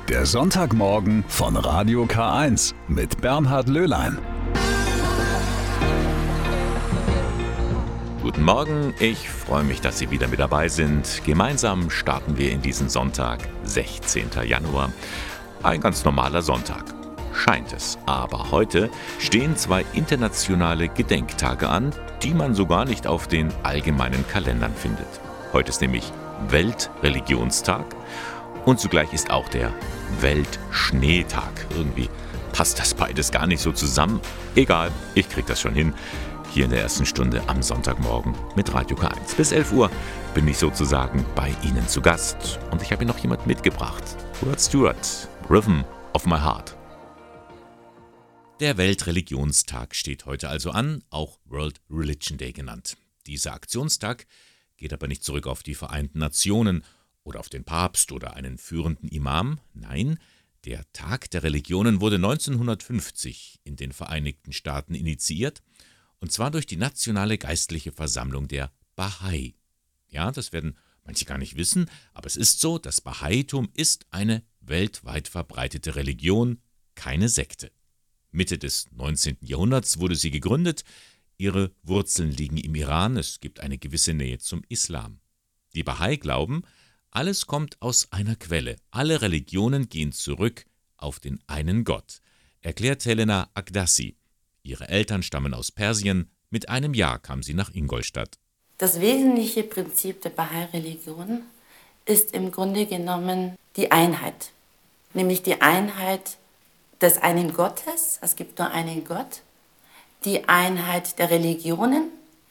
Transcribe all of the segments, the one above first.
Der Sonntagmorgen von Radio K1 mit Bernhard Löhlein. Guten Morgen, ich freue mich, dass Sie wieder mit dabei sind. Gemeinsam starten wir in diesen Sonntag, 16. Januar. Ein ganz normaler Sonntag, scheint es. Aber heute stehen 2 internationale Gedenktage an, die man so gar nicht auf den allgemeinen Kalendern findet. Heute ist nämlich Weltreligionstag und zugleich ist auch der Weltschneetag. Irgendwie passt das beides gar nicht so zusammen. Egal, ich krieg das schon hin. Hier in der ersten Stunde am Sonntagmorgen mit Radio K1. Bis 11 Uhr bin ich sozusagen bei Ihnen zu Gast. Und ich habe Ihnen noch jemand mitgebracht. Rod Stewart, Rhythm of My Heart. Der Weltreligionstag steht heute also an, auch World Religion Day genannt. Dieser Aktionstag geht aber nicht zurück auf die Vereinten Nationen oder auf den Papst oder einen führenden Imam. Nein, der Tag der Religionen wurde 1950 in den Vereinigten Staaten initiiert, und zwar durch die Nationale Geistliche Versammlung der Bahai. Ja, das werden manche gar nicht wissen, aber es ist so, das Bahaitum ist eine weltweit verbreitete Religion, keine Sekte. Mitte des 19. Jahrhunderts wurde sie gegründet. Ihre Wurzeln liegen im Iran, es gibt eine gewisse Nähe zum Islam. Die Bahai glauben, alles kommt aus einer Quelle, alle Religionen gehen zurück auf den einen Gott, erklärt Helena Akdassi. Ihre Eltern stammen aus Persien, mit einem Jahr kam sie nach Ingolstadt. Das wesentliche Prinzip der Bahai-Religion ist im Grunde genommen die Einheit, nämlich die Einheit des einen Gottes, es gibt nur einen Gott, die Einheit der Religionen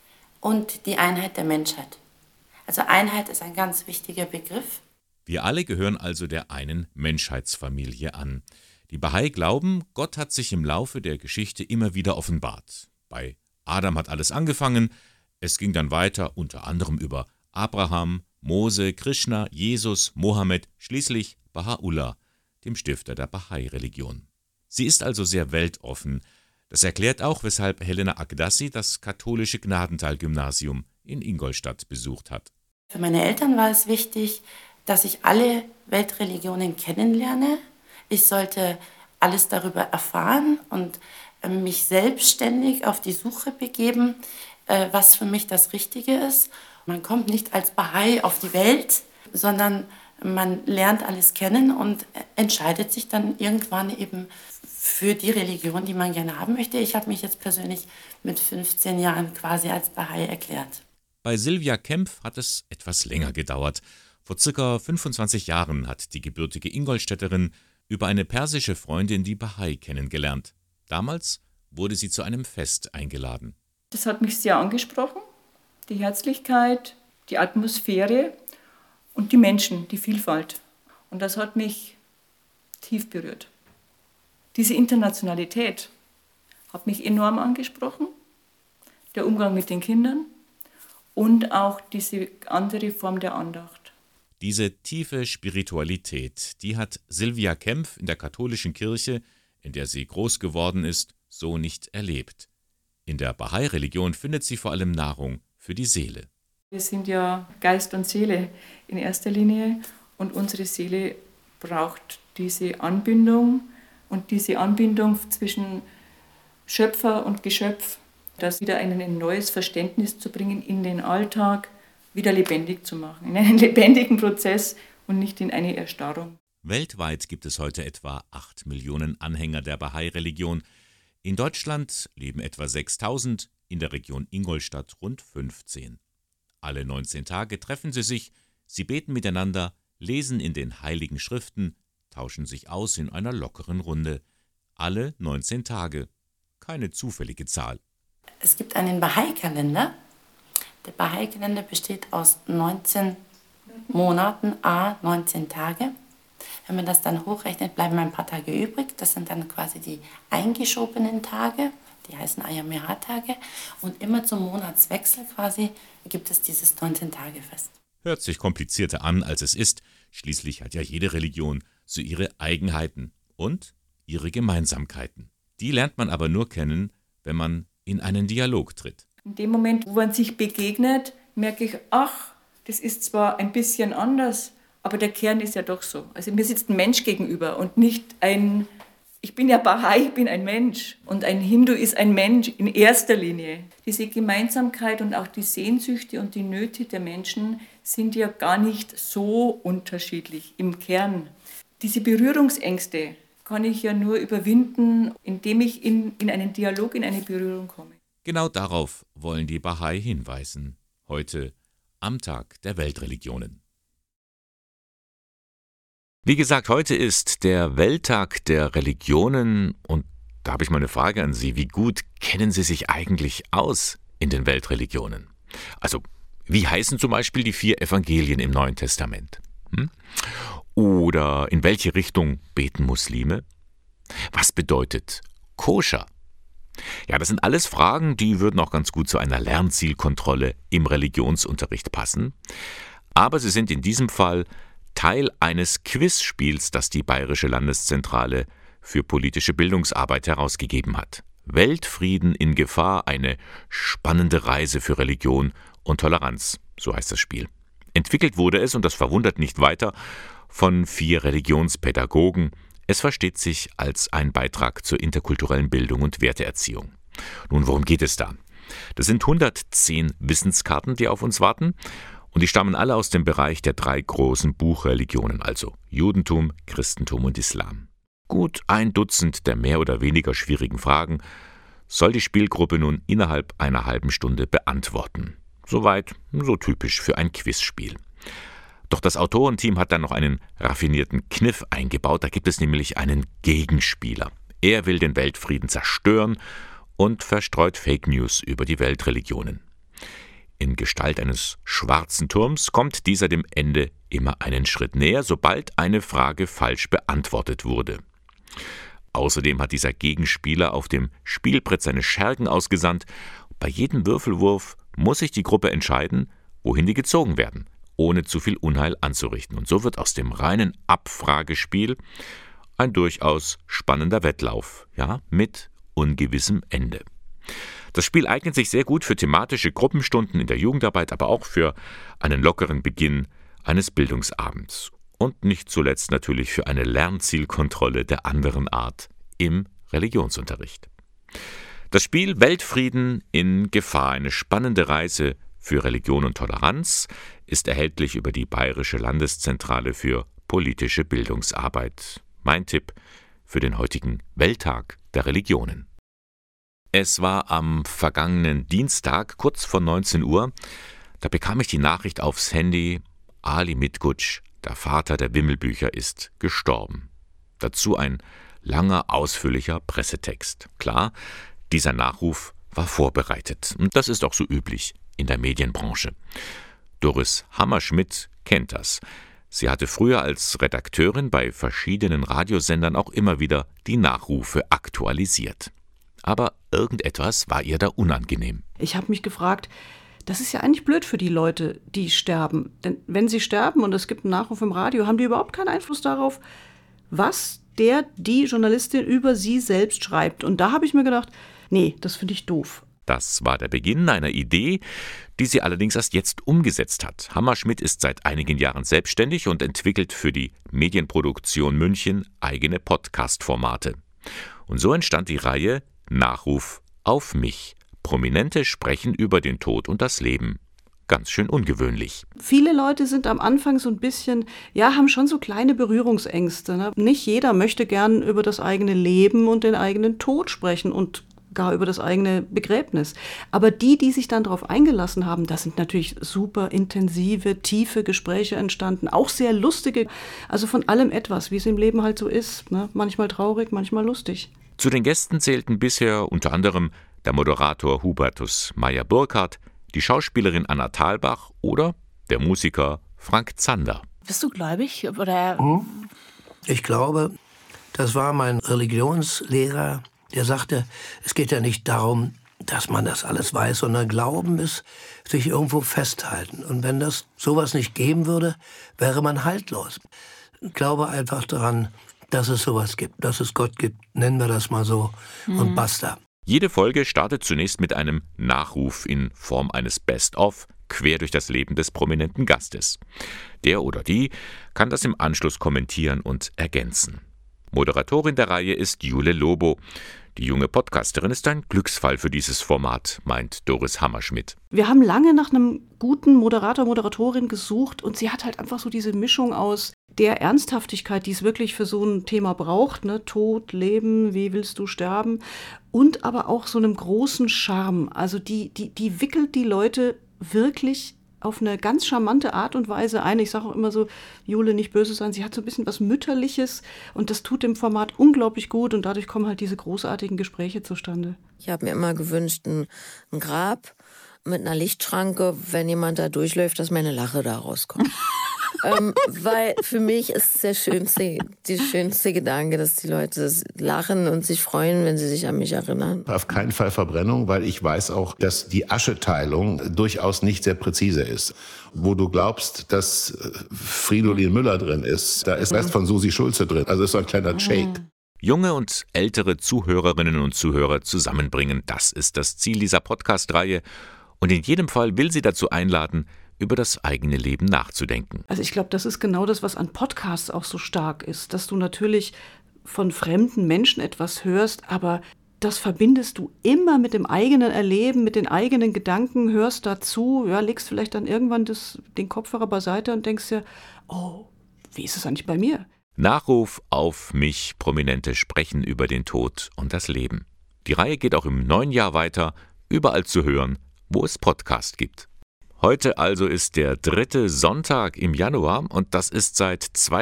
und die Einheit der Menschheit. Also Einheit ist ein ganz wichtiger Begriff. Wir alle gehören also der einen Menschheitsfamilie an. Die Bahai glauben, Gott hat sich im Laufe der Geschichte immer wieder offenbart. Bei Adam hat alles angefangen, es ging dann weiter, unter anderem über Abraham, Mose, Krishna, Jesus, Mohammed, schließlich Baha'u'llah, dem Stifter der Bahai-Religion. Sie ist also sehr weltoffen. Das erklärt auch, weshalb Helena Akdassi das katholische Gnadental-Gymnasium in Ingolstadt besucht hat. Für meine Eltern war es wichtig, dass ich alle Weltreligionen kennenlerne. Ich sollte alles darüber erfahren und mich selbstständig auf die Suche begeben, was für mich das Richtige ist. Man kommt nicht als Bahai auf die Welt, sondern man lernt alles kennen und entscheidet sich dann irgendwann eben für die Religion, die man gerne haben möchte. Ich habe mich jetzt persönlich mit 15 Jahren quasi als Bahai erklärt. Bei Sylvia Kempf hat es etwas länger gedauert. Vor ca. 25 Jahren hat die gebürtige Ingolstädterin über eine persische Freundin die Bahai kennengelernt. Damals wurde sie zu einem Fest eingeladen. Das hat mich sehr angesprochen. Die Herzlichkeit, die Atmosphäre und die Menschen, die Vielfalt. Und das hat mich tief berührt. Diese Internationalität hat mich enorm angesprochen. Der Umgang mit den Kindern und auch diese andere Form der Andacht. Diese tiefe Spiritualität, die hat Sylvia Kempf in der katholischen Kirche, in der sie groß geworden ist, so nicht erlebt. In der Bahai-Religion findet sie vor allem Nahrung für die Seele. Wir sind ja Geist und Seele in erster Linie und unsere Seele braucht diese Anbindung und diese Anbindung zwischen Schöpfer und Geschöpf, das wieder in ein neues Verständnis zu bringen, in den Alltag wieder lebendig zu machen, in einen lebendigen Prozess und nicht in eine Erstarrung. Weltweit gibt es heute etwa 8 Millionen Anhänger der Bahai-Religion. In Deutschland leben etwa 6.000, in der Region Ingolstadt rund 15. Alle 19 Tage treffen sie sich, sie beten miteinander, lesen in den Heiligen Schriften, tauschen sich aus in einer lockeren Runde. Alle 19 Tage. Keine zufällige Zahl. Es gibt einen Bahai-Kalender. Der Bahai-Kalender besteht aus 19 Monaten, 19 Tage. Wenn man das dann hochrechnet, bleiben ein paar Tage übrig. Das sind dann quasi die eingeschobenen Tage, die heißen Ayam-Meha-Tage. Und immer zum Monatswechsel quasi gibt es dieses 19-Tage-Fest. Hört sich komplizierter an, als es ist. Schließlich hat ja jede Religion so ihre Eigenheiten und ihre Gemeinsamkeiten. Die lernt man aber nur kennen, wenn man in einen Dialog tritt. In dem Moment, wo man sich begegnet, merke ich, ach, das ist zwar ein bisschen anders, Aber der Kern ist ja doch so. Also mir sitzt ein Mensch gegenüber und nicht ich bin ja Bahai, ich bin ein Mensch. Und ein Hindu ist ein Mensch in erster Linie. Diese Gemeinsamkeit und auch die Sehnsüchte und die Nöte der Menschen sind ja gar nicht so unterschiedlich im Kern. Diese Berührungsängste kann ich ja nur überwinden, indem ich in einen Dialog, in eine Berührung komme. Genau darauf wollen die Bahai hinweisen. Heute am Tag der Weltreligionen. Wie gesagt, heute ist der Welttag der Religionen und da habe ich mal eine Frage an Sie. Wie gut kennen Sie sich eigentlich aus in den Weltreligionen? Also, wie heißen zum Beispiel die 4 Evangelien im Neuen Testament? Oder in welche Richtung beten Muslime? Was bedeutet Koscher? Ja, das sind alles Fragen, die würden auch ganz gut zu einer Lernzielkontrolle im Religionsunterricht passen. Aber sie sind in diesem Fall Teil eines Quizspiels, das die Bayerische Landeszentrale für politische Bildungsarbeit herausgegeben hat. Weltfrieden in Gefahr, eine spannende Reise für Religion und Toleranz, so heißt das Spiel. Entwickelt wurde es, und das verwundert nicht weiter, von 4 Religionspädagogen. Es versteht sich als ein Beitrag zur interkulturellen Bildung und Werteerziehung. Nun, worum geht es da? Das sind 110 Wissenskarten, die auf uns warten. Und die stammen alle aus dem Bereich der 3 großen Buchreligionen, also Judentum, Christentum und Islam. Gut 1 Dutzend der mehr oder weniger schwierigen Fragen soll die Spielgruppe nun innerhalb einer halben Stunde beantworten. Soweit, so typisch für ein Quizspiel. Doch das Autorenteam hat dann noch einen raffinierten Kniff eingebaut, da gibt es nämlich einen Gegenspieler. Er will den Weltfrieden zerstören und verstreut Fake News über die Weltreligionen. In Gestalt eines schwarzen Turms kommt dieser dem Ende immer einen Schritt näher, sobald eine Frage falsch beantwortet wurde. Außerdem hat dieser Gegenspieler auf dem Spielbrett seine Schergen ausgesandt. Bei jedem Würfelwurf muss sich die Gruppe entscheiden, wohin die gezogen werden, ohne zu viel Unheil anzurichten. Und so wird aus dem reinen Abfragespiel ein durchaus spannender Wettlauf, ja, mit ungewissem Ende. Das Spiel eignet sich sehr gut für thematische Gruppenstunden in der Jugendarbeit, aber auch für einen lockeren Beginn eines Bildungsabends. Und nicht zuletzt natürlich für eine Lernzielkontrolle der anderen Art im Religionsunterricht. Das Spiel Weltfrieden in Gefahr, eine spannende Reise für Religion und Toleranz, ist erhältlich über die Bayerische Landeszentrale für politische Bildungsarbeit. Mein Tipp für den heutigen Welttag der Religionen. Es war am vergangenen Dienstag, kurz vor 19 Uhr, da bekam ich die Nachricht aufs Handy, Ali Mitkutsch, der Vater der Wimmelbücher, ist gestorben. Dazu ein langer, ausführlicher Pressetext. Klar, dieser Nachruf war vorbereitet. Und das ist auch so üblich in der Medienbranche. Doris Hammerschmidt kennt das. Sie hatte früher als Redakteurin bei verschiedenen Radiosendern auch immer wieder die Nachrufe aktualisiert. Aber irgendetwas war ihr da unangenehm. Ich habe mich gefragt, das ist ja eigentlich blöd für die Leute, die sterben. Denn wenn sie sterben und es gibt einen Nachruf im Radio, haben die überhaupt keinen Einfluss darauf, was die Journalistin über sie selbst schreibt. Und da habe ich mir gedacht, nee, das finde ich doof. Das war der Beginn einer Idee, die sie allerdings erst jetzt umgesetzt hat. Hammerschmidt ist seit einigen Jahren selbstständig und entwickelt für die Medienproduktion München eigene Podcast-Formate. Und so entstand die Reihe Nachruf auf mich. Prominente sprechen über den Tod und das Leben. Ganz schön ungewöhnlich. Viele Leute sind am Anfang so ein bisschen, haben schon so kleine Berührungsängste. Ne? Nicht jeder möchte gern über das eigene Leben und den eigenen Tod sprechen und gar über das eigene Begräbnis. Aber die sich dann darauf eingelassen haben, da sind natürlich super intensive, tiefe Gespräche entstanden, auch sehr lustige. Also von allem etwas, wie es im Leben halt so ist. Ne? Manchmal traurig, manchmal lustig. Zu den Gästen zählten bisher unter anderem der Moderator Hubertus Meyer-Burkhardt, die Schauspielerin Anna Thalbach oder der Musiker Frank Zander. Bist du gläubig? Oder? Ich glaube, das war mein Religionslehrer, der sagte, es geht ja nicht darum, dass man das alles weiß, sondern Glauben ist sich irgendwo festhalten. Und wenn das sowas nicht geben würde, wäre man haltlos. Ich glaube einfach daran, dass es sowas gibt, dass es Gott gibt, nennen wir das mal so, und basta. Jede Folge startet zunächst mit einem Nachruf in Form eines Best-of, quer durch das Leben des prominenten Gastes. Der oder die kann das im Anschluss kommentieren und ergänzen. Moderatorin der Reihe ist Jule Lobo. Die junge Podcasterin ist ein Glücksfall für dieses Format, meint Doris Hammerschmidt. Wir haben lange nach einem guten Moderator, Moderatorin gesucht und sie hat halt einfach so diese Mischung aus der Ernsthaftigkeit, die es wirklich für so ein Thema braucht, ne? Tod, Leben, wie willst du sterben? Und aber auch so einem großen Charme. Also die wickelt die Leute wirklich auf eine ganz charmante Art und Weise ein. Ich sage auch immer so, Jule, nicht böse sein, sie hat so ein bisschen was Mütterliches und das tut dem Format unglaublich gut und dadurch kommen halt diese großartigen Gespräche zustande. Ich habe mir immer gewünscht, ein Grab mit einer Lichtschranke, wenn jemand da durchläuft, dass meine Lache da rauskommt. Weil für mich ist der schönste Gedanke, dass die Leute lachen und sich freuen, wenn sie sich an mich erinnern. Auf keinen Fall Verbrennung, weil ich weiß auch, dass die Ascheteilung durchaus nicht sehr präzise ist. Wo du glaubst, dass Fridolin Müller drin ist, da ist Rest von Susi Schulze drin. Also ist so ein kleiner Shake. Junge und ältere Zuhörerinnen und Zuhörer zusammenbringen, das ist das Ziel dieser Podcast-Reihe. Und in jedem Fall will sie dazu einladen, über das eigene Leben nachzudenken. Also ich glaube, das ist genau das, was an Podcasts auch so stark ist, dass du natürlich von fremden Menschen etwas hörst, aber das verbindest du immer mit dem eigenen Erleben, mit den eigenen Gedanken, hörst dazu, ja, legst vielleicht dann irgendwann den Kopfhörer beiseite und denkst dir, oh, wie ist es eigentlich bei mir? Nachruf auf mich, Prominente sprechen über den Tod und das Leben. Die Reihe geht auch im neuen Jahr weiter, überall zu hören, wo es Podcast gibt. Heute also ist der 3. Sonntag im Januar und das ist seit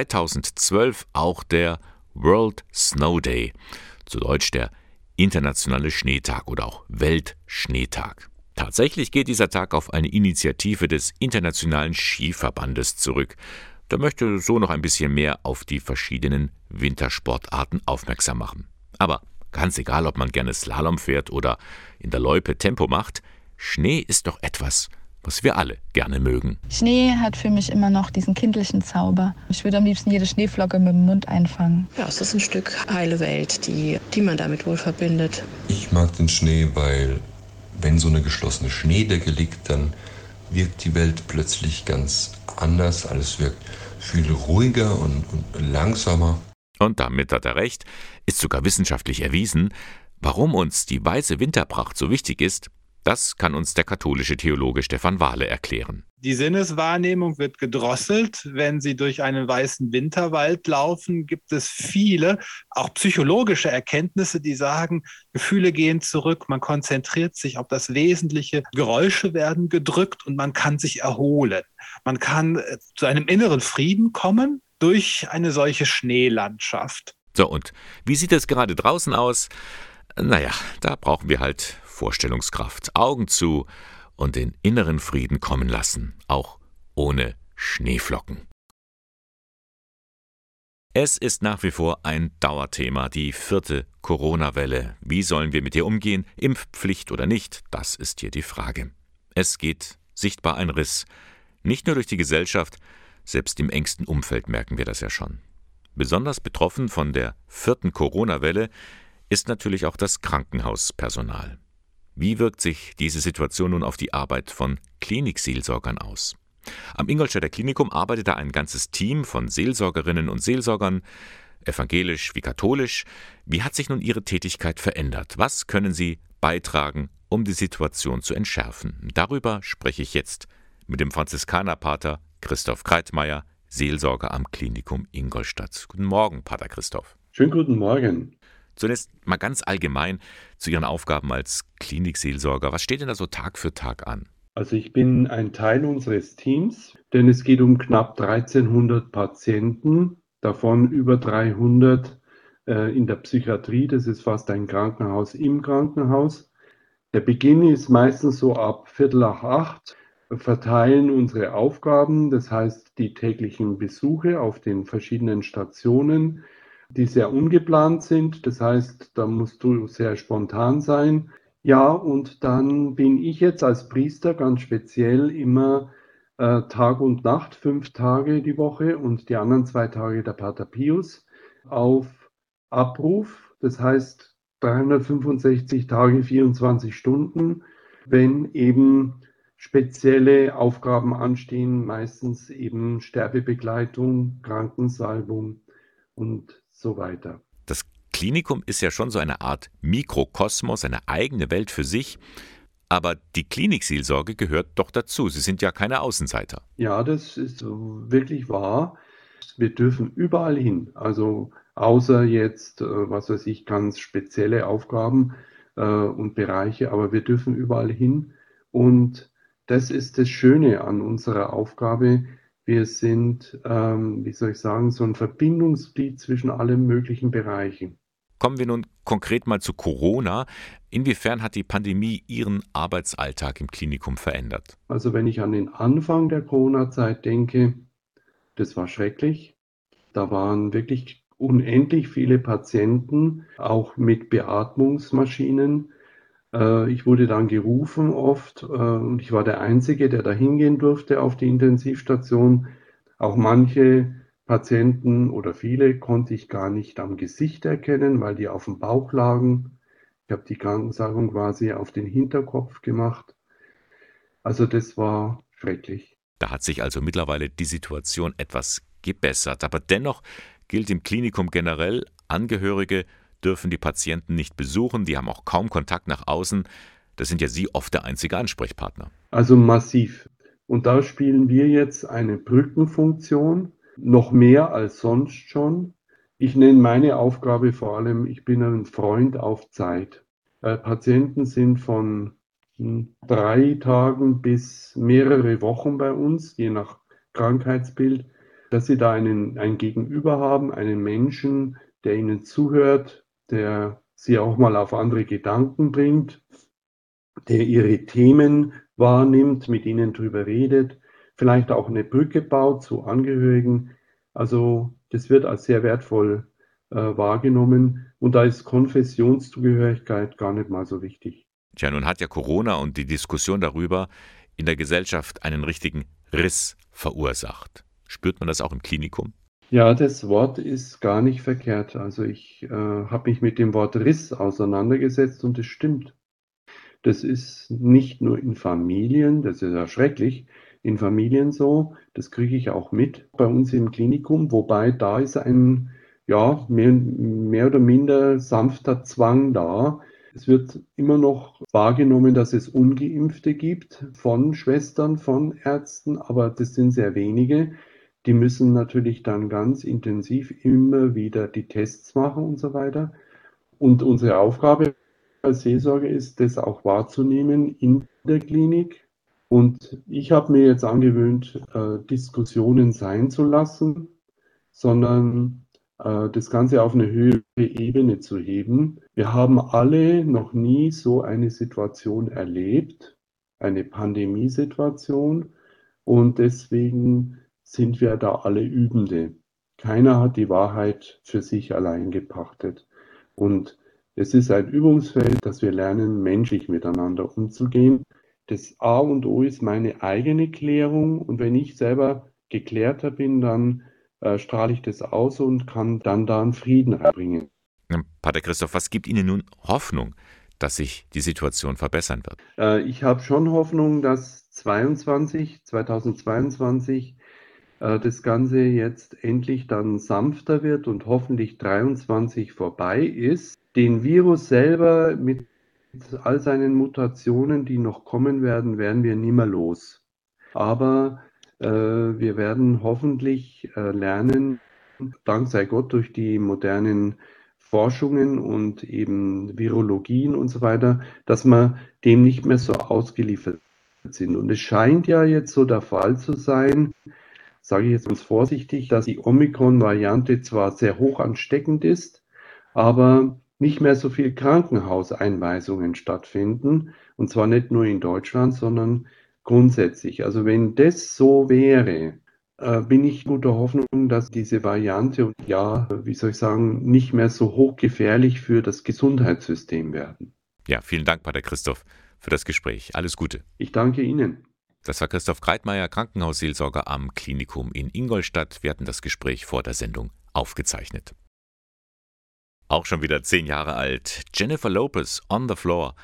2012 auch der World Snow Day, zu Deutsch der Internationale Schneetag oder auch Weltschneetag. Tatsächlich geht dieser Tag auf eine Initiative des Internationalen Skiverbandes zurück. Der möchte so noch ein bisschen mehr auf die verschiedenen Wintersportarten aufmerksam machen. Aber ganz egal, ob man gerne Slalom fährt oder in der Loipe Tempo macht, Schnee ist doch etwas, was wir alle gerne mögen. Schnee hat für mich immer noch diesen kindlichen Zauber. Ich würde am liebsten jede Schneeflocke mit dem Mund einfangen. Ja, es ist ein Stück heile Welt, die man damit wohl verbindet. Ich mag den Schnee, weil wenn so eine geschlossene Schneedecke liegt, dann wirkt die Welt plötzlich ganz anders. Alles wirkt viel ruhiger und langsamer. Und damit hat er recht, ist sogar wissenschaftlich erwiesen, warum uns die weiße Winterpracht so wichtig ist. Das kann uns der katholische Theologe Stefan Wahle erklären. Die Sinneswahrnehmung wird gedrosselt. Wenn Sie durch einen weißen Winterwald laufen, gibt es viele, auch psychologische Erkenntnisse, die sagen, Gefühle gehen zurück, man konzentriert sich auf das Wesentliche, Geräusche werden gedrückt und man kann sich erholen. Man kann zu einem inneren Frieden kommen durch eine solche Schneelandschaft. So, und wie sieht es gerade draußen aus? Naja, da brauchen wir halt Vorstellungskraft, Augen zu und den inneren Frieden kommen lassen, auch ohne Schneeflocken. Es ist nach wie vor ein Dauerthema, die 4. Corona-Welle. Wie sollen wir mit ihr umgehen? Impfpflicht oder nicht? Das ist hier die Frage. Es geht sichtbar ein Riss. Nicht nur durch die Gesellschaft, selbst im engsten Umfeld merken wir das ja schon. Besonders betroffen von der 4. Corona-Welle ist natürlich auch das Krankenhauspersonal. Wie wirkt sich diese Situation nun auf die Arbeit von Klinikseelsorgern aus? Am Ingolstädter Klinikum arbeitet da ein ganzes Team von Seelsorgerinnen und Seelsorgern, evangelisch wie katholisch. Wie hat sich nun ihre Tätigkeit verändert? Was können sie beitragen, um die Situation zu entschärfen? Darüber spreche ich jetzt mit dem Franziskanerpater Christoph Kreitmeier, Seelsorger am Klinikum Ingolstadt. Guten Morgen, Pater Christoph. Schönen guten Morgen. Zunächst mal ganz allgemein zu Ihren Aufgaben als Klinikseelsorger. Was steht denn da so Tag für Tag an? Also ich bin ein Teil unseres Teams, denn es geht um knapp 1300 Patienten, davon über 300 in der Psychiatrie. Das ist fast ein Krankenhaus im Krankenhaus. Der Beginn ist meistens so ab 7:45. Wir verteilen unsere Aufgaben, das heißt die täglichen Besuche auf den verschiedenen Stationen, die sehr ungeplant sind. Das heißt, da musst du sehr spontan sein. Ja, und dann bin ich jetzt als Priester ganz speziell immer Tag und Nacht, 5 Tage die Woche und die anderen 2 Tage der Pater Pius auf Abruf. Das heißt 365 Tage, 24 Stunden, wenn eben spezielle Aufgaben anstehen, meistens eben Sterbebegleitung, Krankensalbung und so weiter. Das Klinikum ist ja schon so eine Art Mikrokosmos, eine eigene Welt für sich. Aber die Klinikseelsorge gehört doch dazu. Sie sind ja keine Außenseiter. Ja, das ist wirklich wahr. Wir dürfen überall hin. Also außer jetzt, was weiß ich, ganz spezielle Aufgaben und Bereiche. Aber wir dürfen überall hin. Und das ist das Schöne an unserer Aufgabe. Wir sind, wie soll ich sagen, so ein Verbindungsglied zwischen allen möglichen Bereichen. Kommen wir nun konkret mal zu Corona. Inwiefern hat die Pandemie Ihren Arbeitsalltag im Klinikum verändert? Also wenn ich an den Anfang der Corona-Zeit denke, das war schrecklich. Da waren wirklich unendlich viele Patienten, auch mit Beatmungsmaschinen. Ich wurde dann gerufen oft und ich war der Einzige, der da hingehen durfte auf die Intensivstation. Auch manche Patienten oder viele konnte ich gar nicht am Gesicht erkennen, weil die auf dem Bauch lagen. Ich habe die Krankensalbung quasi auf den Hinterkopf gemacht. Also das war schrecklich. Da hat sich also mittlerweile die Situation etwas gebessert. Aber dennoch gilt im Klinikum generell, Angehörige dürfen die Patienten nicht besuchen. Die haben auch kaum Kontakt nach außen. Das sind ja Sie oft der einzige Ansprechpartner. Also massiv. Und da spielen wir jetzt eine Brückenfunktion. Noch mehr als sonst schon. Ich nenne meine Aufgabe vor allem, ich bin ein Freund auf Zeit. Patienten sind von 3 Tagen bis mehrere Wochen bei uns, je nach Krankheitsbild, dass sie da ein Gegenüber haben, einen Menschen, der ihnen zuhört, der sie auch mal auf andere Gedanken bringt, der ihre Themen wahrnimmt, mit ihnen drüber redet, vielleicht auch eine Brücke baut zu Angehörigen. Also das wird als sehr wertvoll wahrgenommen und da ist Konfessionszugehörigkeit gar nicht mal so wichtig. Tja, nun hat ja Corona und die Diskussion darüber in der Gesellschaft einen richtigen Riss verursacht. Spürt man das auch im Klinikum? Ja, das Wort ist gar nicht verkehrt. Also ich habe mich mit dem Wort Riss auseinandergesetzt und es stimmt. Das ist nicht nur in Familien, das ist ja schrecklich, in Familien so, das kriege ich auch mit bei uns im Klinikum, wobei da ist ein mehr oder minder sanfter Zwang da. Es wird immer noch wahrgenommen, dass es Ungeimpfte gibt von Schwestern, von Ärzten, aber das sind sehr wenige. Die müssen natürlich dann ganz intensiv immer wieder die Tests machen und so weiter. Und unsere Aufgabe als Seelsorge ist, das auch wahrzunehmen in der Klinik. Und ich habe mir jetzt angewöhnt, Diskussionen sein zu lassen, sondern das Ganze auf eine höhere Ebene zu heben. Wir haben alle noch nie so eine Situation erlebt, eine Pandemiesituation, und deswegen sind wir da alle Übende. Keiner hat die Wahrheit für sich allein gepachtet. Und es ist ein Übungsfeld, dass wir lernen, menschlich miteinander umzugehen. Das A und O ist meine eigene Klärung, und wenn ich selber geklärter bin, dann strahle ich das aus und kann dann da einen Frieden reinbringen. Pater Christoph, was gibt Ihnen nun Hoffnung, dass sich die Situation verbessern wird? Ich habe schon Hoffnung, dass 2022 das Ganze jetzt endlich dann sanfter wird und hoffentlich 2023 vorbei ist. Den Virus selber mit all seinen Mutationen, die noch kommen werden, werden wir nie mehr los. Aber wir werden hoffentlich lernen, dank sei Gott, durch die modernen Forschungen und eben Virologien und so weiter, dass wir dem nicht mehr so ausgeliefert sind. Und es scheint ja jetzt so der Fall zu sein, sage ich jetzt ganz vorsichtig, dass die Omikron-Variante zwar sehr hoch ansteckend ist, aber nicht mehr so viel Krankenhauseinweisungen stattfinden. Und zwar nicht nur in Deutschland, sondern grundsätzlich. Also wenn das so wäre, bin ich guter Hoffnung, dass diese Variante nicht mehr so hochgefährlich für das Gesundheitssystem werden. Ja, vielen Dank, Pater Christoph, für das Gespräch. Alles Gute. Ich danke Ihnen. Das war Christoph Kreitmeier, Krankenhausseelsorger am Klinikum in Ingolstadt. Wir hatten das Gespräch vor der Sendung aufgezeichnet. Auch schon wieder 10 Jahre alt. Jennifer Lopez, On the Floor.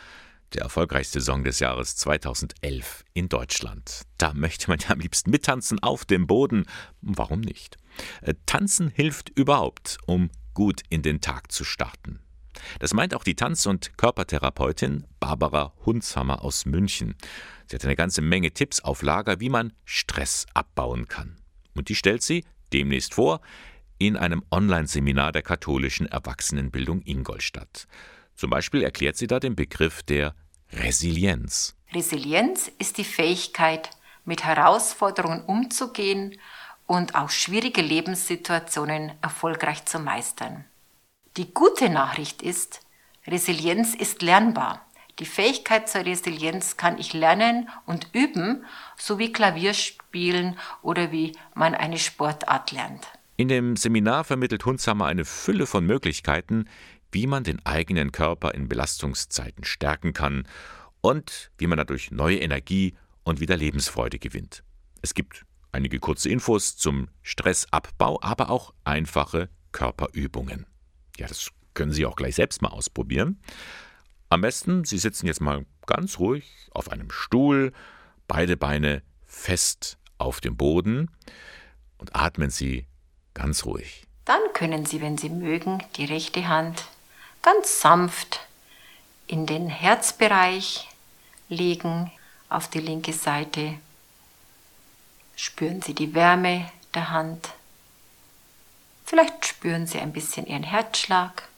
der erfolgreichste Song des Jahres 2011 in Deutschland. Da möchte man ja am liebsten mittanzen auf dem Boden. Warum nicht? Tanzen hilft überhaupt, um gut in den Tag zu starten. Das meint auch die Tanz- und Körpertherapeutin Barbara Hundshammer aus München. Sie hat eine ganze Menge Tipps auf Lager, wie man Stress abbauen kann. Und die stellt sie demnächst vor in einem Online-Seminar der katholischen Erwachsenenbildung Ingolstadt. Zum Beispiel erklärt sie da den Begriff der Resilienz. Resilienz ist die Fähigkeit, mit Herausforderungen umzugehen und auch schwierige Lebenssituationen erfolgreich zu meistern. Die gute Nachricht ist, Resilienz ist lernbar. Die Fähigkeit zur Resilienz kann ich lernen und üben, so wie Klavierspielen oder wie man eine Sportart lernt. In dem Seminar vermittelt Hundshammer eine Fülle von Möglichkeiten, wie man den eigenen Körper in Belastungszeiten stärken kann und wie man dadurch neue Energie und wieder Lebensfreude gewinnt. Es gibt einige kurze Infos zum Stressabbau, aber auch einfache Körperübungen. Ja, das können Sie auch gleich selbst mal ausprobieren. Am besten, Sie sitzen jetzt mal ganz ruhig auf einem Stuhl, beide Beine fest auf dem Boden und atmen Sie ganz ruhig. Dann können Sie, wenn Sie mögen, die rechte Hand ganz sanft in den Herzbereich legen, auf die linke Seite. Spüren Sie die Wärme der Hand. Vielleicht spüren Sie ein bisschen Ihren Herzschlag.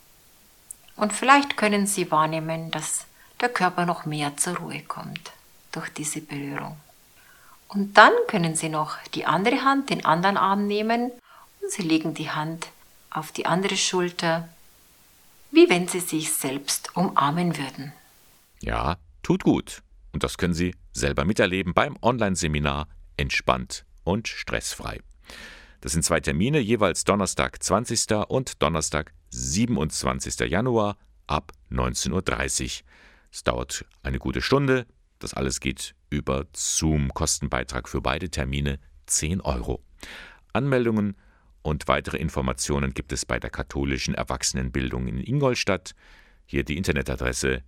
Und vielleicht können Sie wahrnehmen, dass der Körper noch mehr zur Ruhe kommt durch diese Berührung. Und dann können Sie noch die andere Hand, den anderen Arm nehmen und Sie legen die Hand auf die andere Schulter, wie wenn Sie sich selbst umarmen würden. Ja, tut gut. Und das können Sie selber miterleben beim Online-Seminar Entspannt und stressfrei. Das sind 2 Termine, jeweils Donnerstag 20. und Donnerstag 27. Januar ab 19:30 Uhr. Es dauert eine gute Stunde. Das alles geht über Zoom. Kostenbeitrag für beide Termine 10 €. Anmeldungen und weitere Informationen gibt es bei der katholischen Erwachsenenbildung in Ingolstadt. Hier die Internetadresse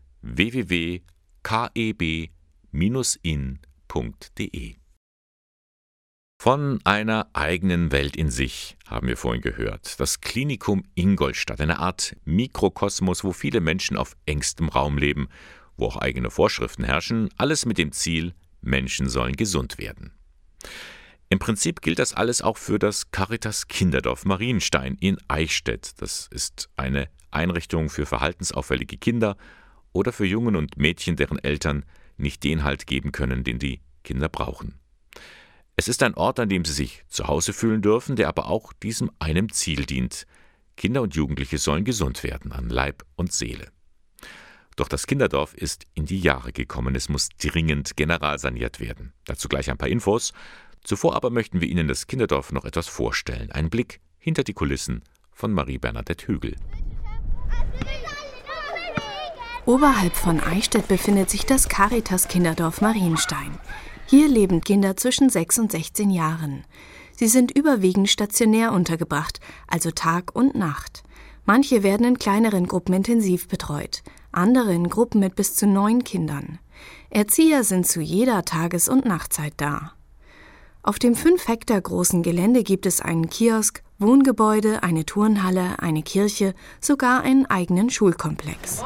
www.keb-in.de. Von einer eigenen Welt in sich haben wir vorhin gehört. Das Klinikum Ingolstadt, eine Art Mikrokosmos, wo viele Menschen auf engstem Raum leben, wo auch eigene Vorschriften herrschen, alles mit dem Ziel, Menschen sollen gesund werden. Im Prinzip gilt das alles auch für das Caritas Kinderdorf Marienstein in Eichstätt. Das ist eine Einrichtung für verhaltensauffällige Kinder oder für Jungen und Mädchen, deren Eltern nicht den Halt geben können, den die Kinder brauchen. Es ist ein Ort, an dem sie sich zu Hause fühlen dürfen, der aber auch diesem einem Ziel dient. Kinder und Jugendliche sollen gesund werden an Leib und Seele. Doch das Kinderdorf ist in die Jahre gekommen. Es muss dringend generalsaniert werden. Dazu gleich ein paar Infos. Zuvor aber möchten wir Ihnen das Kinderdorf noch etwas vorstellen. Ein Blick hinter die Kulissen von Marie-Bernadette Hügel. Oberhalb von Eichstätt befindet sich das Caritas Kinderdorf Marienstein. Hier leben Kinder zwischen 6 und 16 Jahren. Sie sind überwiegend stationär untergebracht, also Tag und Nacht. Manche werden in kleineren Gruppen intensiv betreut, andere in Gruppen mit bis zu 9 Kindern. Erzieher sind zu jeder Tages- und Nachtzeit da. Auf dem 5 Hektar großen Gelände gibt es einen Kiosk, Wohngebäude, eine Turnhalle, eine Kirche, sogar einen eigenen Schulkomplex.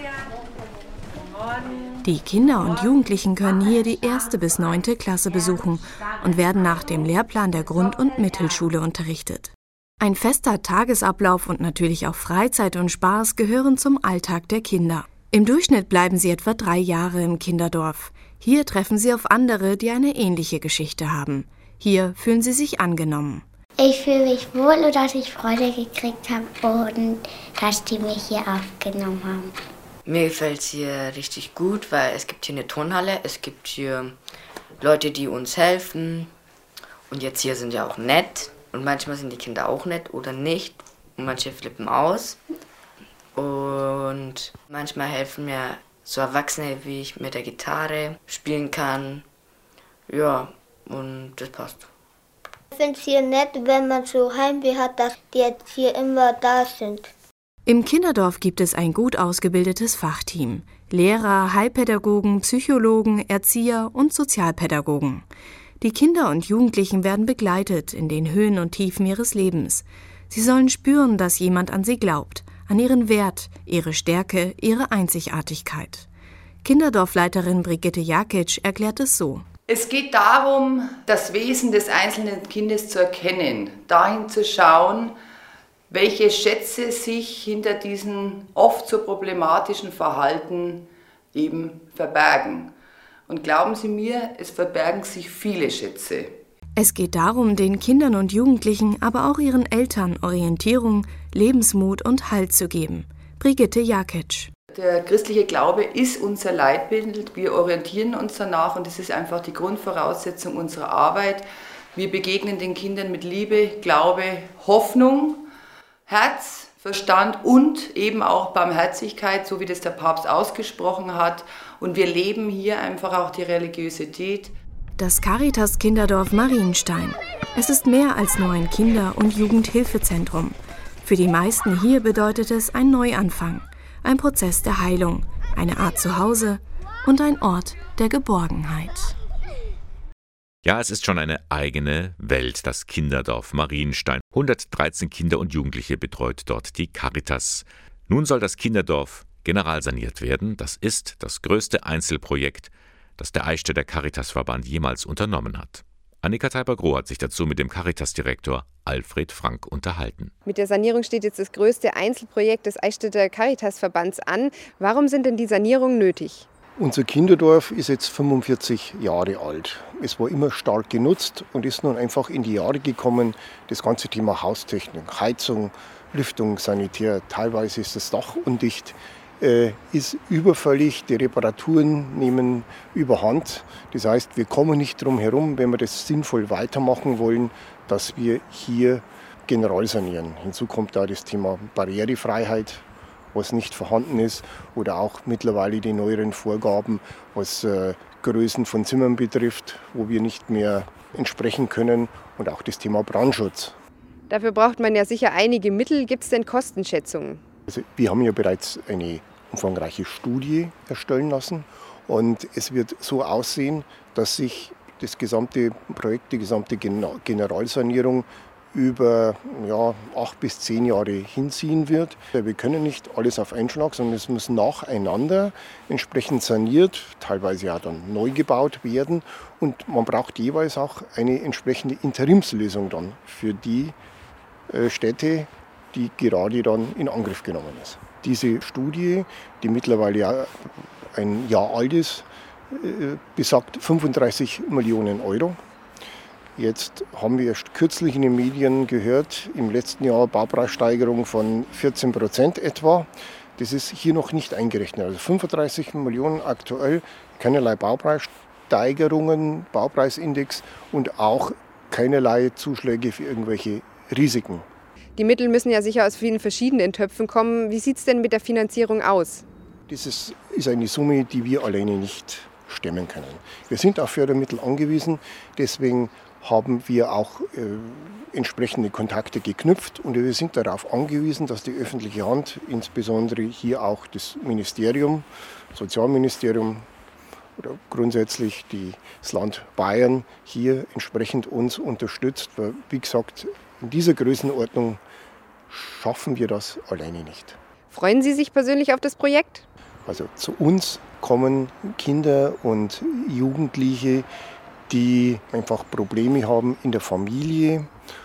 Die Kinder und Jugendlichen können hier die 1. bis 9. Klasse besuchen und werden nach dem Lehrplan der Grund- und Mittelschule unterrichtet. Ein fester Tagesablauf und natürlich auch Freizeit und Spaß gehören zum Alltag der Kinder. Im Durchschnitt bleiben sie etwa 3 Jahre im Kinderdorf. Hier treffen sie auf andere, die eine ähnliche Geschichte haben. Hier fühlen sie sich angenommen. Ich fühle mich wohl, dass ich Freude gekriegt habe und dass die mich hier aufgenommen haben. Mir gefällt es hier richtig gut, weil es gibt hier eine Turnhalle, es gibt hier Leute, die uns helfen und jetzt hier sind ja auch nett und manchmal sind die Kinder auch nett oder nicht und manche flippen aus und manchmal helfen mir so Erwachsene, wie ich mit der Gitarre spielen kann, ja, und das passt. Ich finde es hier nett, wenn man so Heimweh hat, dass die jetzt hier immer da sind. Im Kinderdorf gibt es ein gut ausgebildetes Fachteam. Lehrer, Heilpädagogen, Psychologen, Erzieher und Sozialpädagogen. Die Kinder und Jugendlichen werden begleitet in den Höhen und Tiefen ihres Lebens. Sie sollen spüren, dass jemand an sie glaubt, an ihren Wert, ihre Stärke, ihre Einzigartigkeit. Kinderdorfleiterin Brigitte Jakic erklärt es so. Es geht darum, das Wesen des einzelnen Kindes zu erkennen, dahin zu schauen, welche Schätze sich hinter diesem oft so problematischen Verhalten eben verbergen. Und glauben Sie mir, es verbergen sich viele Schätze. Es geht darum, den Kindern und Jugendlichen, aber auch ihren Eltern Orientierung, Lebensmut und Halt zu geben. Brigitte Jakic. Der christliche Glaube ist unser Leitbild. Wir orientieren uns danach und das ist einfach die Grundvoraussetzung unserer Arbeit. Wir begegnen den Kindern mit Liebe, Glaube, Hoffnung, Herz, Verstand und eben auch Barmherzigkeit, so wie das der Papst ausgesprochen hat. Und wir leben hier einfach auch die Religiosität. Das Caritas Kinderdorf Marienstein. Es ist mehr als nur ein Kinder- und Jugendhilfezentrum. Für die meisten hier bedeutet es ein Neuanfang, ein Prozess der Heilung, eine Art Zuhause und ein Ort der Geborgenheit. Ja, es ist schon eine eigene Welt, das Kinderdorf Marienstein. 113 Kinder und Jugendliche betreut dort die Caritas. Nun soll das Kinderdorf generalsaniert werden. Das ist das größte Einzelprojekt, das der Eichstätter Caritasverband jemals unternommen hat. Annika Teiber-Groh hat sich dazu mit dem Caritas-Direktor Alfred Frank unterhalten. Mit der Sanierung steht jetzt das größte Einzelprojekt des Eichstätter Caritasverbands an. Warum sind denn die Sanierungen nötig? Unser Kinderdorf ist jetzt 45 Jahre alt. Es war immer stark genutzt und ist nun einfach in die Jahre gekommen. Das ganze Thema Haustechnik, Heizung, Lüftung, Sanitär, teilweise ist das Dach undicht, ist überfällig. Die Reparaturen nehmen überhand. Das heißt, wir kommen nicht drum herum, wenn wir das sinnvoll weitermachen wollen, dass wir hier generalsanieren. Hinzu kommt da das Thema Barrierefreiheit, was nicht vorhanden ist, oder auch mittlerweile die neueren Vorgaben, was Größen von Zimmern betrifft, wo wir nicht mehr entsprechen können, und auch das Thema Brandschutz. Dafür braucht man ja sicher einige Mittel. Gibt es denn Kostenschätzungen? Also wir haben ja bereits eine umfangreiche Studie erstellen lassen und es wird so aussehen, dass sich das gesamte Projekt, die gesamte Generalsanierung über 8 bis 10 Jahre hinziehen wird. Wir können nicht alles auf einen Schlag, sondern es muss nacheinander entsprechend saniert, teilweise auch dann neu gebaut werden, und man braucht jeweils auch eine entsprechende Interimslösung dann für die Städte, die gerade dann in Angriff genommen ist. Diese Studie, die mittlerweile ja ein Jahr alt ist, besagt 35 Millionen Euro. Jetzt haben wir erst kürzlich in den Medien gehört, im letzten Jahr Baupreissteigerung von 14% etwa. Das ist hier noch nicht eingerechnet. Also 35 Millionen aktuell, keinerlei Baupreissteigerungen, Baupreisindex und auch keinerlei Zuschläge für irgendwelche Risiken. Die Mittel müssen ja sicher aus vielen verschiedenen Töpfen kommen. Wie sieht es denn mit der Finanzierung aus? Das ist eine Summe, die wir alleine nicht stemmen können. Wir sind auf Fördermittel angewiesen, deswegen haben wir auch entsprechende Kontakte geknüpft und wir sind darauf angewiesen, dass die öffentliche Hand, insbesondere hier auch das Ministerium, Sozialministerium oder grundsätzlich das Land Bayern, hier entsprechend uns unterstützt. Weil, wie gesagt, in dieser Größenordnung schaffen wir das alleine nicht. Freuen Sie sich persönlich auf das Projekt? Also zu uns kommen Kinder und Jugendliche, die einfach Probleme haben in der Familie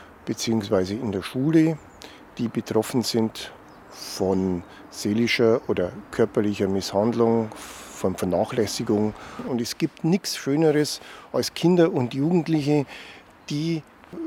bzw. in der Schule, die betroffen sind von seelischer oder körperlicher Misshandlung, von Vernachlässigung. Und es gibt nichts Schöneres als Kinder und Jugendliche, die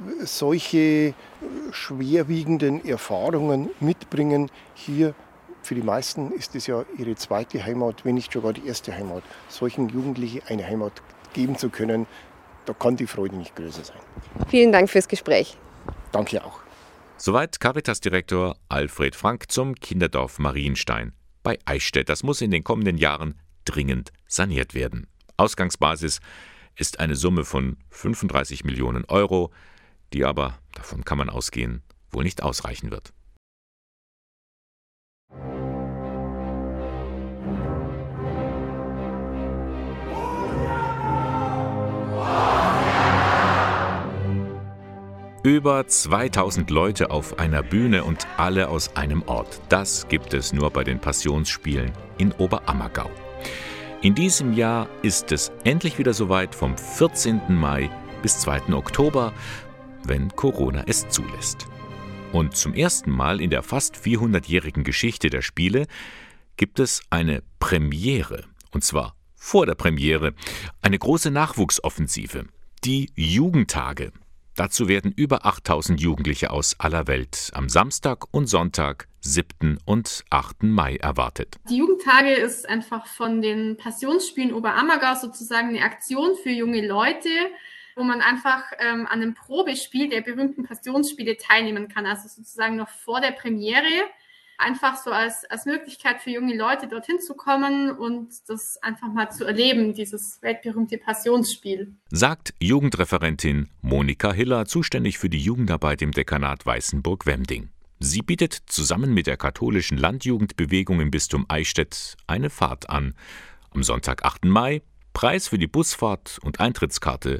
solche schwerwiegenden Erfahrungen mitbringen. Hier für die meisten ist es ja ihre zweite Heimat, wenn nicht sogar die erste Heimat. Solchen Jugendlichen eine Heimat geben zu können, da kann die Freude nicht größer sein. Vielen Dank fürs Gespräch. Danke auch. Soweit Caritas-Direktor Alfred Frank zum Kinderdorf Marienstein bei Eichstätt. Das muss in den kommenden Jahren dringend saniert werden. Ausgangsbasis ist eine Summe von 35 Millionen Euro, die aber, davon kann man ausgehen, wohl nicht ausreichen wird. Über 2000 Leute auf einer Bühne und alle aus einem Ort. Das gibt es nur bei den Passionsspielen in Oberammergau. In diesem Jahr ist es endlich wieder soweit, vom 14. Mai bis 2. Oktober, wenn Corona es zulässt. Und zum ersten Mal in der fast 400-jährigen Geschichte der Spiele gibt es eine Premiere. Und zwar vor der Premiere eine große Nachwuchsoffensive, die Jugendtage. Dazu werden über 8000 Jugendliche aus aller Welt am Samstag und Sonntag, 7. und 8. Mai erwartet. Die Jugendtage ist einfach von den Passionsspielen Oberammergau sozusagen eine Aktion für junge Leute, wo man einfach an einem Probespiel der berühmten Passionsspiele teilnehmen kann, also sozusagen noch vor der Premiere. Einfach so als Möglichkeit für junge Leute dorthin zu kommen und das einfach mal zu erleben, dieses weltberühmte Passionsspiel. Sagt Jugendreferentin Monika Hiller, zuständig für die Jugendarbeit im Dekanat Weißenburg-Wemding. Sie bietet zusammen mit der katholischen Landjugendbewegung im Bistum Eichstätt eine Fahrt an. Am Sonntag, 8. Mai, Preis für die Busfahrt und Eintrittskarte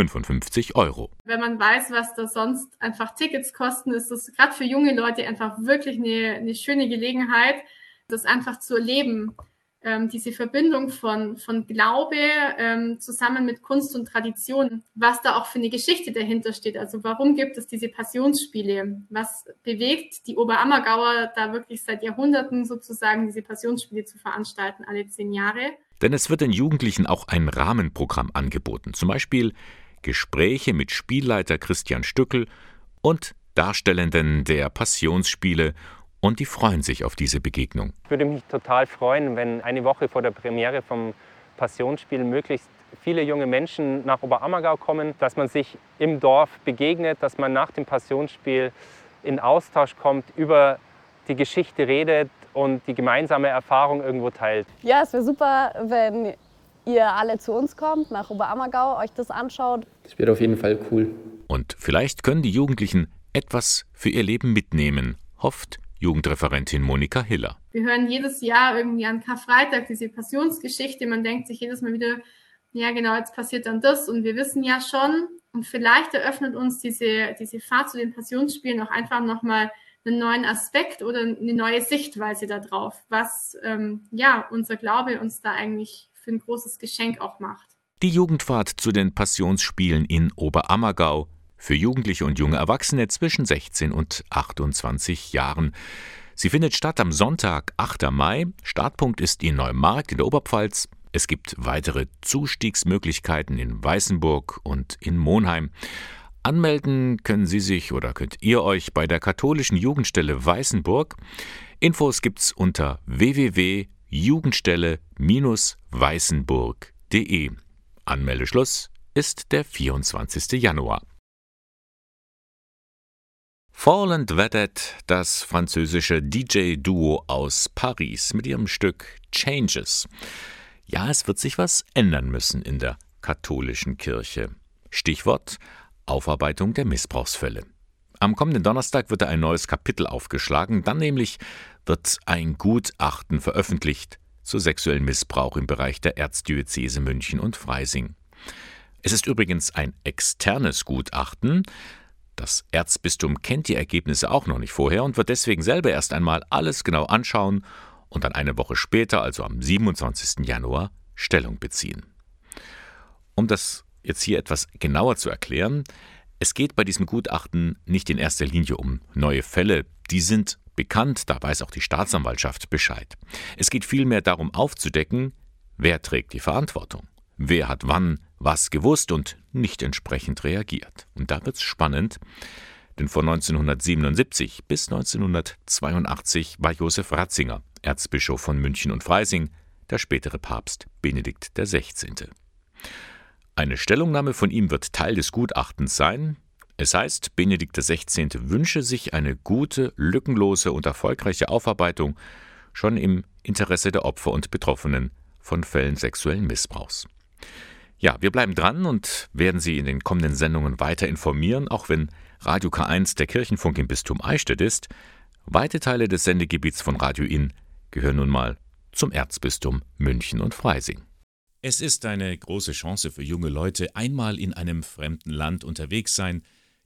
55 €. Wenn man weiß, was da sonst einfach Tickets kosten, ist das gerade für junge Leute einfach wirklich eine schöne Gelegenheit, das einfach zu erleben. Diese Verbindung von Glaube zusammen mit Kunst und Tradition, was da auch für eine Geschichte dahinter steht. Also warum gibt es diese Passionsspiele? Was bewegt die Oberammergauer da wirklich seit Jahrhunderten sozusagen diese Passionsspiele zu veranstalten, alle 10 Jahre? Denn es wird den Jugendlichen auch ein Rahmenprogramm angeboten, zum Beispiel Gespräche mit Spielleiter Christian Stückel und Darstellenden der Passionsspiele, und die freuen sich auf diese Begegnung. Ich würde mich total freuen, wenn eine Woche vor der Premiere vom Passionsspiel möglichst viele junge Menschen nach Oberammergau kommen, dass man sich im Dorf begegnet, dass man nach dem Passionsspiel in Austausch kommt, über die Geschichte redet und die gemeinsame Erfahrung irgendwo teilt. Ja, es wäre super, wenn ihr alle zu uns kommt, nach Oberammergau, euch das anschaut. Das wird auf jeden Fall cool. Und vielleicht können die Jugendlichen etwas für ihr Leben mitnehmen, hofft Jugendreferentin Monika Hiller. Wir hören jedes Jahr irgendwie an Karfreitag diese Passionsgeschichte. Man denkt sich jedes Mal wieder, ja genau, jetzt passiert dann das und wir wissen ja schon. Und vielleicht eröffnet uns diese Fahrt zu den Passionsspielen auch einfach nochmal einen neuen Aspekt oder eine neue Sichtweise darauf, was unser Glaube uns da eigentlich für ein großes Geschenk auch macht. Die Jugendfahrt zu den Passionsspielen in Oberammergau für Jugendliche und junge Erwachsene zwischen 16 und 28 Jahren. Sie findet statt am Sonntag, 8. Mai. Startpunkt ist in Neumarkt in der Oberpfalz. Es gibt weitere Zustiegsmöglichkeiten in Weißenburg und in Monheim. Anmelden können Sie sich oder könnt ihr euch bei der katholischen Jugendstelle Weißenburg. Infos gibt's unter www.jugendstelle-weißenburg.de. Anmeldeschluss ist der 24. Januar. Fall and Vedette, das französische DJ-Duo aus Paris mit ihrem Stück Changes. Ja, es wird sich was ändern müssen in der katholischen Kirche. Stichwort Aufarbeitung der Missbrauchsfälle. Am kommenden Donnerstag wird ein neues Kapitel aufgeschlagen, dann nämlich wird ein Gutachten veröffentlicht zu sexuellem Missbrauch im Bereich der Erzdiözese München und Freising. Es ist übrigens ein externes Gutachten. Das Erzbistum kennt die Ergebnisse auch noch nicht vorher und wird deswegen selber erst einmal alles genau anschauen und dann eine Woche später, also am 27. Januar, Stellung beziehen. Um das jetzt hier etwas genauer zu erklären, es geht bei diesem Gutachten nicht in erster Linie um neue Fälle, die sind bekannt, da weiß auch die Staatsanwaltschaft Bescheid. Es geht vielmehr darum aufzudecken, wer trägt die Verantwortung. Wer hat wann was gewusst und nicht entsprechend reagiert. Und da wird's spannend, denn von 1977 bis 1982 war Josef Ratzinger Erzbischof von München und Freising, der spätere Papst Benedikt XVI. Eine Stellungnahme von ihm wird Teil des Gutachtens sein. Es heißt, Benedikt XVI. Wünsche sich eine gute, lückenlose und erfolgreiche Aufarbeitung, schon im Interesse der Opfer und Betroffenen von Fällen sexuellen Missbrauchs. Ja, wir bleiben dran und werden Sie in den kommenden Sendungen weiter informieren, auch wenn Radio K1 der Kirchenfunk im Bistum Eichstätt ist. Weite Teile des Sendegebiets von Radio Inn gehören nun mal zum Erzbistum München und Freising. Es ist eine große Chance für junge Leute, einmal in einem fremden Land unterwegs sein,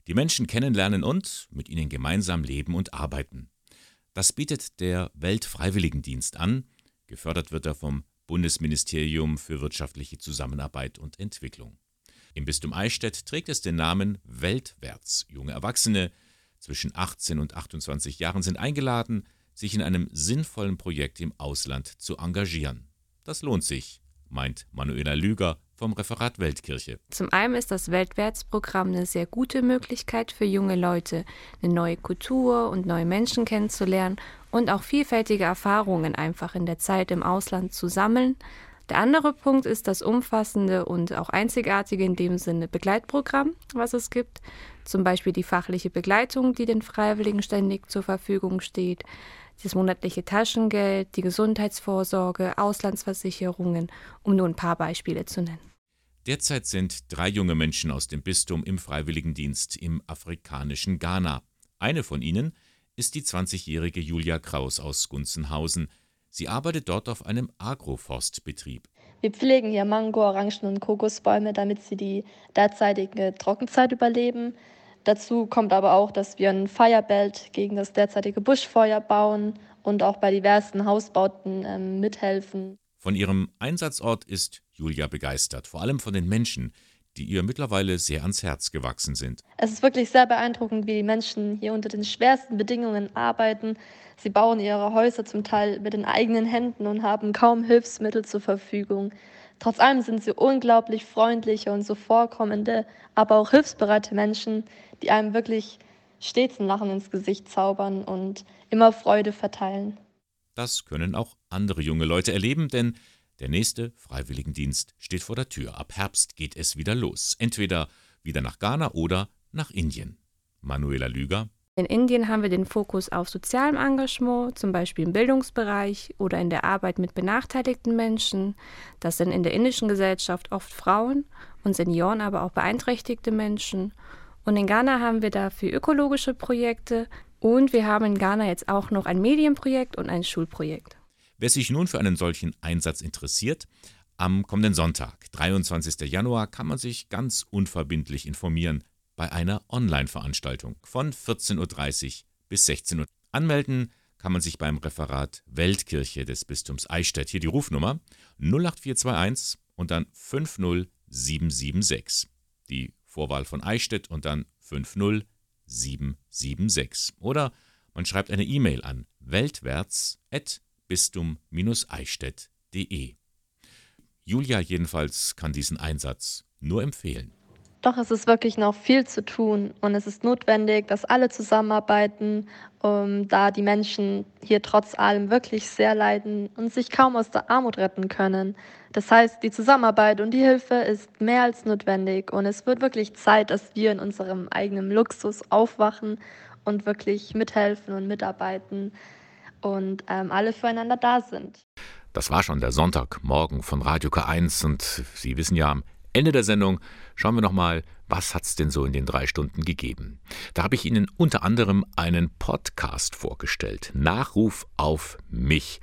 Die Menschen kennenlernen und mit ihnen gemeinsam leben und arbeiten. Das bietet der Weltfreiwilligendienst an. Gefördert wird er vom Bundesministerium für wirtschaftliche Zusammenarbeit und Entwicklung. Im Bistum Eichstätt trägt es den Namen Weltwärts. Junge Erwachsene zwischen 18 und 28 Jahren sind eingeladen, sich in einem sinnvollen Projekt im Ausland zu engagieren. Das lohnt sich, meint Manuela Lüger vom Referat Weltkirche. Zum einen ist das Weltwärtsprogramm eine sehr gute Möglichkeit für junge Leute, eine neue Kultur und neue Menschen kennenzulernen und auch vielfältige Erfahrungen einfach in der Zeit im Ausland zu sammeln. Der andere Punkt ist das umfassende und auch einzigartige in dem Sinne Begleitprogramm, was es gibt. Zum Beispiel die fachliche Begleitung, die den Freiwilligen ständig zur Verfügung steht, das monatliche Taschengeld, die Gesundheitsvorsorge, Auslandsversicherungen, um nur ein paar Beispiele zu nennen. Derzeit sind 3 junge Menschen aus dem Bistum im Freiwilligendienst im afrikanischen Ghana. Eine von ihnen ist die 20-jährige Julia Kraus aus Gunzenhausen. Sie arbeitet dort auf einem Agroforstbetrieb. Wir pflegen hier Mango, Orangen und Kokosbäume, damit sie die derzeitige Trockenzeit überleben. Dazu kommt aber auch, dass wir ein Firebelt gegen das derzeitige Buschfeuer bauen und auch bei diversen Hausbauten mithelfen. Von ihrem Einsatzort ist Julia begeistert, vor allem von den Menschen, die ihr mittlerweile sehr ans Herz gewachsen sind. Es ist wirklich sehr beeindruckend, wie die Menschen hier unter den schwersten Bedingungen arbeiten. Sie bauen ihre Häuser zum Teil mit den eigenen Händen und haben kaum Hilfsmittel zur Verfügung. Trotz allem sind sie unglaublich freundliche und zuvorkommende, aber auch hilfsbereite Menschen, die einem wirklich stets ein Lachen ins Gesicht zaubern und immer Freude verteilen. Das können auch andere junge Leute erleben, denn der nächste Freiwilligendienst steht vor der Tür. Ab Herbst geht es wieder los. Entweder wieder nach Ghana oder nach Indien. Manuela Lüger. In Indien haben wir den Fokus auf sozialem Engagement, zum Beispiel im Bildungsbereich oder in der Arbeit mit benachteiligten Menschen. Das sind in der indischen Gesellschaft oft Frauen und Senioren, aber auch beeinträchtigte Menschen. Und in Ghana haben wir dafür ökologische Projekte und wir haben in Ghana jetzt auch noch ein Medienprojekt und ein Schulprojekt. Wer sich nun für einen solchen Einsatz interessiert, am kommenden Sonntag, 23. Januar, kann man sich ganz unverbindlich informieren bei einer Online-Veranstaltung von 14.30 Uhr bis 16 Uhr. Anmelden kann man sich beim Referat Weltkirche des Bistums Eichstätt. Hier die Rufnummer 08421 und dann 50776. Die Vorwahl von Eichstätt und dann 50776. Oder man schreibt eine E-Mail an weltwärts@bistum-eichstätt.de. Julia jedenfalls kann diesen Einsatz nur empfehlen. Doch es ist wirklich noch viel zu tun und es ist notwendig, dass alle zusammenarbeiten, da die Menschen hier trotz allem wirklich sehr leiden und sich kaum aus der Armut retten können. Das heißt, die Zusammenarbeit und die Hilfe ist mehr als notwendig und es wird wirklich Zeit, dass wir in unserem eigenen Luxus aufwachen und wirklich mithelfen und mitarbeiten und alle füreinander da sind. Das war schon der Sonntagmorgen von Radio K1 und Sie wissen ja, am Ende der Sendung schauen wir nochmal, was hat es denn so in den 3 Stunden gegeben. Da habe ich Ihnen unter anderem einen Podcast vorgestellt, Nachruf auf mich.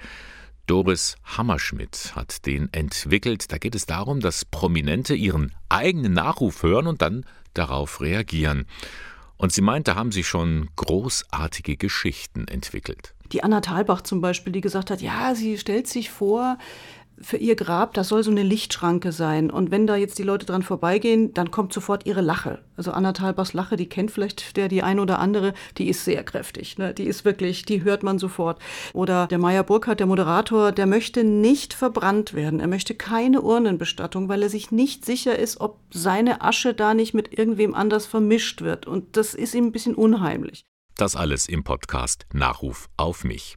Doris Hammerschmidt hat den entwickelt. Da geht es darum, dass Prominente ihren eigenen Nachruf hören und dann darauf reagieren. Und sie meint, da haben sich schon großartige Geschichten entwickelt. Die Anna Thalbach zum Beispiel, die gesagt hat, ja, sie stellt sich vor, für ihr Grab, das soll so eine Lichtschranke sein. Und wenn da jetzt die Leute dran vorbeigehen, dann kommt sofort ihre Lache. Also Anna Thalbachs Lache, die kennt vielleicht die ein oder andere, die ist sehr kräftig. Ne? Die ist wirklich, die hört man sofort. Oder der Meyer Burkhardt, der Moderator, der möchte nicht verbrannt werden. Er möchte keine Urnenbestattung, weil er sich nicht sicher ist, ob seine Asche da nicht mit irgendwem anders vermischt wird. Und das ist ihm ein bisschen unheimlich. Das alles im Podcast Nachruf auf mich.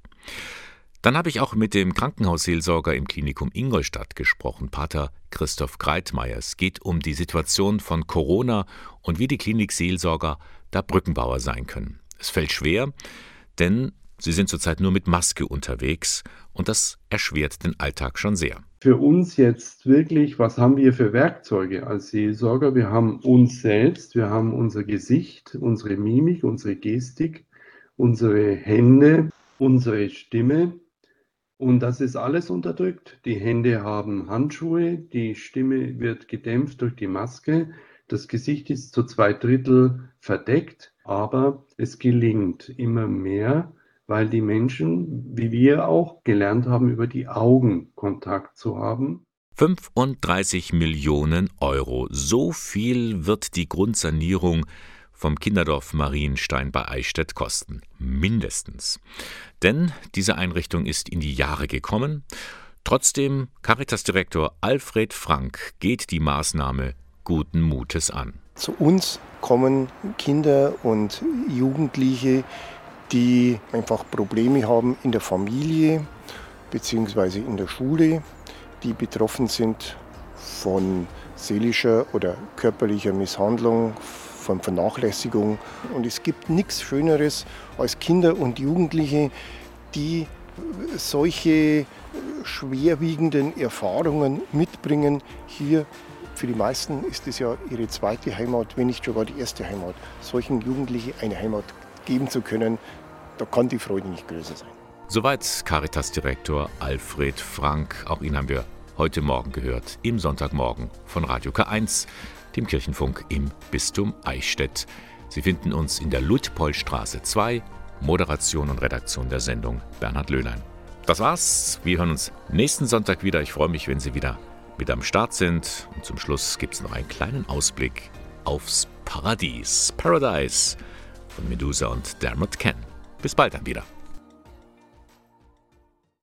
Dann habe ich auch mit dem Krankenhausseelsorger im Klinikum Ingolstadt gesprochen, Pater Christoph Greitmeier. Es geht um die Situation von Corona und wie die Klinikseelsorger da Brückenbauer sein können. Es fällt schwer, denn sie sind zurzeit nur mit Maske unterwegs und das erschwert den Alltag schon sehr. Für uns jetzt wirklich, was haben wir für Werkzeuge als Seelsorger? Wir haben uns selbst, wir haben unser Gesicht, unsere Mimik, unsere Gestik, unsere Hände, unsere Stimme. Und das ist alles unterdrückt. Die Hände haben Handschuhe, die Stimme wird gedämpft durch die Maske, Das Gesicht ist zu 2/3 verdeckt, aber es gelingt immer mehr, weil die Menschen, wie wir auch, gelernt haben, über die Augen Kontakt zu haben. 35 Millionen Euro. So viel wird die Grundsanierung vom Kinderdorf Marienstein bei Eichstätt kosten. Mindestens. Denn diese Einrichtung ist in die Jahre gekommen. Trotzdem, Caritas-Direktor Alfred Frank geht die Maßnahme guten Mutes an. Zu uns kommen Kinder und Jugendliche, die einfach Probleme haben in der Familie bzw. in der Schule, die betroffen sind von seelischer oder körperlicher Misshandlung, von Vernachlässigung. Und es gibt nichts Schöneres als Kinder und Jugendliche, die solche schwerwiegenden Erfahrungen mitbringen. Hier für die meisten ist es ja ihre zweite Heimat, wenn nicht sogar die erste Heimat. Solchen Jugendlichen eine Heimat geben zu können, da kann die Freude nicht größer sein. Soweit Caritas-Direktor Alfred Frank. Auch ihn haben wir heute Morgen gehört, im Sonntagmorgen von Radio K1, dem Kirchenfunk im Bistum Eichstätt. Sie finden uns in der Luitpoldstraße 2, Moderation und Redaktion der Sendung Bernhard Löhlein. Das war's. Wir hören uns nächsten Sonntag wieder. Ich freue mich, wenn Sie wieder mit am Start sind. Und zum Schluss gibt es noch einen kleinen Ausblick aufs Paradies. Paradise von Medusa und Dermot Ken. Bis bald dann wieder.